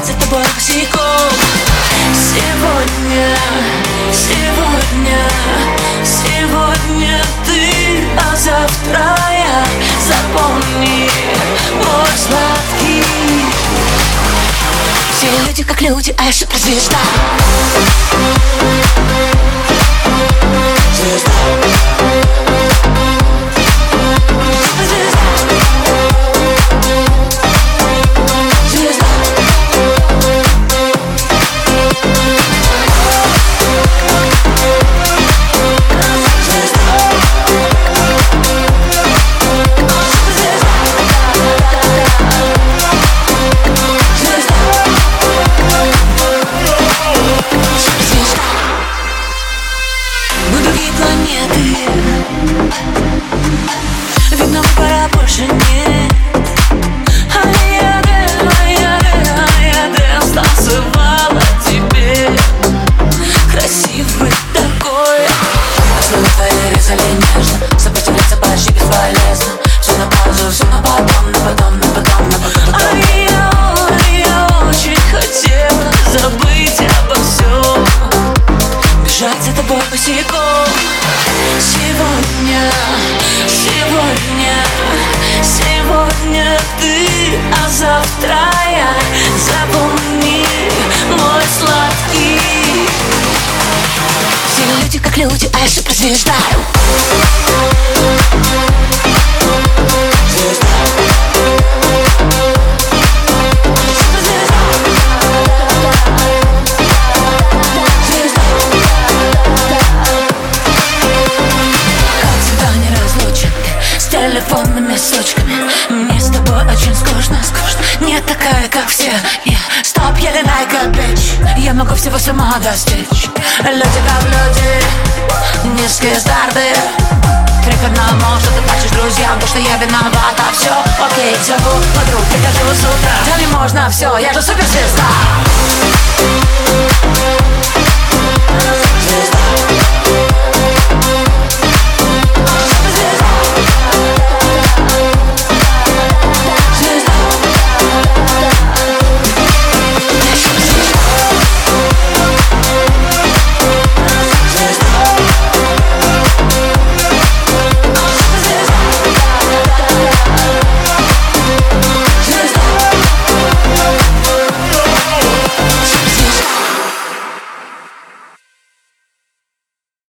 за тобой босиком. Сегодня ты, а завтра я. Запомни, мой сладкий. Все люди как люди, а я суперзвезда. Звезда. Видно, пора больше нет. Дэнс танцевала тебе. Красивый такой. Основы твои резали нежно. Сопротивляться почти бесполезно. Все на паузу, все на потом, на потом, на потом, на потом. Я очень хотела забыть обо всем. Бежать за тобой босиком. Сегодня ты, а завтра я. Запомни, мой сладкий. Все люди как люди, а я суперзвезда. Телефонными сучками. Мне с тобой очень скучно. Не такая, как все. Stop yelling like a bitch. Я могу всего сама достичь. Люди как люди, низкие старты. Трепетно, может, ты плачешь друзьям, то, что я виновата. Все, окей, зову подруг, прихожу с утра. Да не можно все, я же суперзвезда.